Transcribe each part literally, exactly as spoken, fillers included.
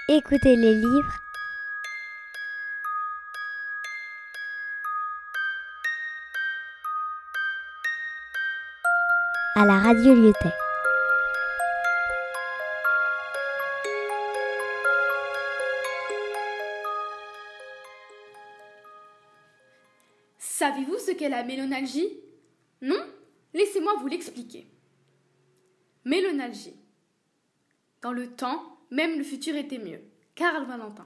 Écoutez les livres à la radio Lyotet. Savez-vous ce qu'est la mélonalgie? Non? Laissez-moi vous l'expliquer. Mélonalgie. Dans le temps, même le futur était mieux. Karl Valentin.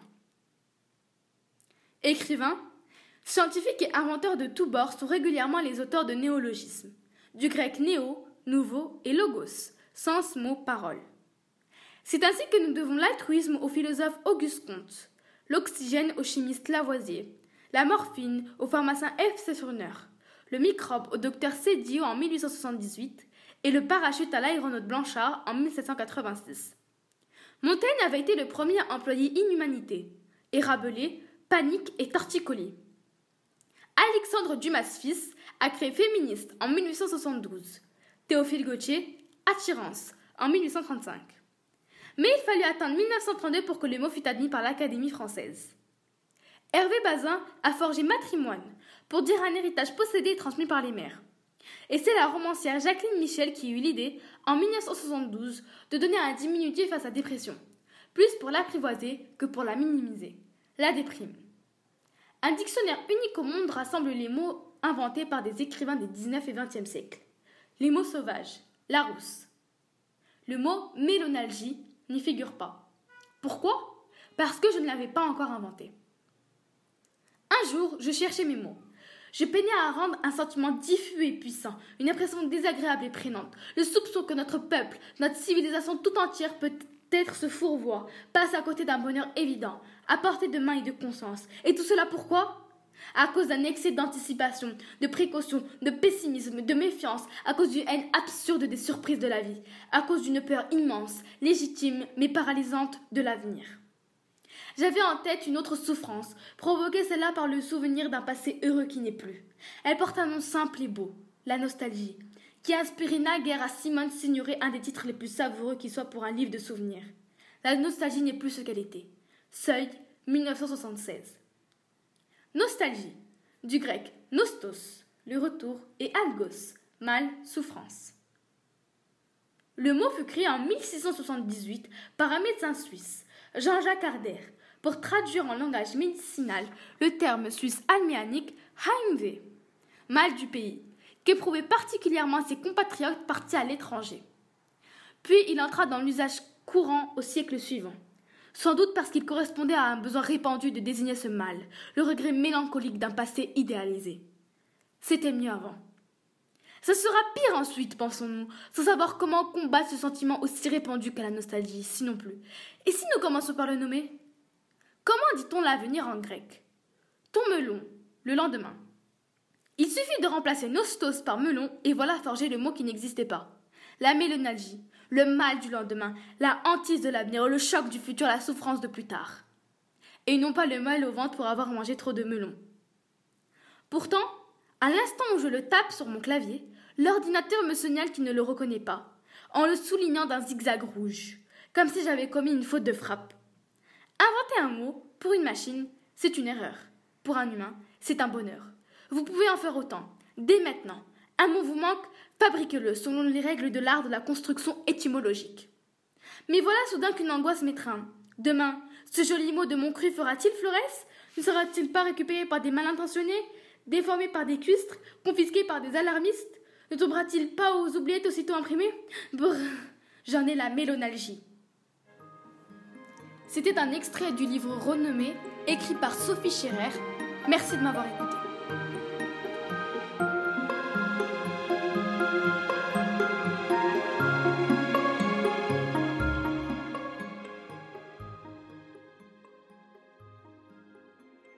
Écrivain, scientifique et inventeur de tous bords sont régulièrement les auteurs de néologismes. Du grec néo, nouveau, et logos, sens, mot, parole. C'est ainsi que nous devons l'altruisme au philosophe Auguste Comte, l'oxygène au chimiste Lavoisier, la morphine au pharmacien F. Stirner, le microbe au docteur Sédio en mille huit cent soixante-dix-huit et le parachute à l'aéronaute Blanchard en mille sept cent quatre-vingt-six. Montaigne avait été le premier à employer inhumanité, et Rabelais, panique et torticolis. Alexandre Dumas fils a créé Féministe en mille huit cent soixante-douze, Théophile Gautier, Attirance en mille huit cent trente-cinq. Mais il fallut attendre mille neuf cent trente-deux pour que le mot fût admis par l'Académie française. Hervé Bazin a forgé Matrimoine pour dire un héritage possédé et transmis par les mères. Et c'est la romancière Jacqueline Michel qui eut l'idée, en mille neuf cent soixante-douze, de donner un diminutif à sa dépression, plus pour l'apprivoiser que pour la minimiser. La déprime. Un dictionnaire unique au monde rassemble les mots inventés par des écrivains des dix-neuvième et vingtième siècles. Les mots sauvages, Larousse. Le mot mélonalgie n'y figure pas. Pourquoi? Parce que je ne l'avais pas encore inventé. Un jour, je cherchais mes mots. Je peinais à rendre un sentiment diffus et puissant, une impression désagréable et prégnante, le soupçon que notre peuple, notre civilisation tout entière peut-être se fourvoie, passe à côté d'un bonheur évident, à portée de main et de conscience. Et tout cela pourquoi? À cause d'un excès d'anticipation, de précaution, de pessimisme, de méfiance, à cause d'une haine absurde des surprises de la vie, à cause d'une peur immense, légitime mais paralysante de l'avenir. J'avais en tête une autre souffrance, provoquée celle-là par le souvenir d'un passé heureux qui n'est plus. Elle porte un nom simple et beau, la nostalgie, qui a inspiré naguère à Simone Signoret un des titres les plus savoureux qui soit pour un livre de souvenirs. La nostalgie n'est plus ce qu'elle était. Seuil, mille neuf cent soixante-seize. Nostalgie, du grec nostos, le retour, et algos, mal, souffrance. Le mot fut créé en mille six cent soixante-dix-huit par un médecin suisse, Jean-Jacques Harder, pour traduire en langage médicinal le terme suisse alméanique Heimweh, mal du pays, qu'éprouvaient particulièrement ses compatriotes partis à l'étranger. Puis il entra dans l'usage courant au siècle suivant, sans doute parce qu'il correspondait à un besoin répandu de désigner ce mal, le regret mélancolique d'un passé idéalisé. C'était mieux avant. Ce sera pire ensuite, pensons-nous, sans savoir comment combattre ce sentiment aussi répandu qu'à la nostalgie, sinon plus. Et si nous commençons par le nommer? Comment dit-on l'avenir en grec? Ton melon, le lendemain. Il suffit de remplacer nostos par melon et voilà forgé le mot qui n'existait pas. La mélonalgie, le mal du lendemain, la hantise de l'avenir, le choc du futur, la souffrance de plus tard. Et non pas le mal au ventre pour avoir mangé trop de melon. Pourtant, à l'instant où je le tape sur mon clavier, l'ordinateur me signale qu'il ne le reconnaît pas, en le soulignant d'un zigzag rouge, comme si j'avais commis une faute de frappe. Inventer un mot, pour une machine, c'est une erreur. Pour un humain, c'est un bonheur. Vous pouvez en faire autant, dès maintenant. Un mot vous manque, fabriquez-le selon les règles de l'art de la construction étymologique. Mais voilà soudain qu'une angoisse m'étreint. Demain, ce joli mot de mon cru fera-t-il florès? Ne sera-t-il pas récupéré par des mal intentionnés, déformé par des cuistres, confisqué par des alarmistes? Ne tombera-t-il pas aux oubliettes aussitôt imprimées? Brrr, j'en ai la mélonalgie. C'était un extrait du livre Renommé, écrit par Sophie Scherer. Merci de m'avoir écouté.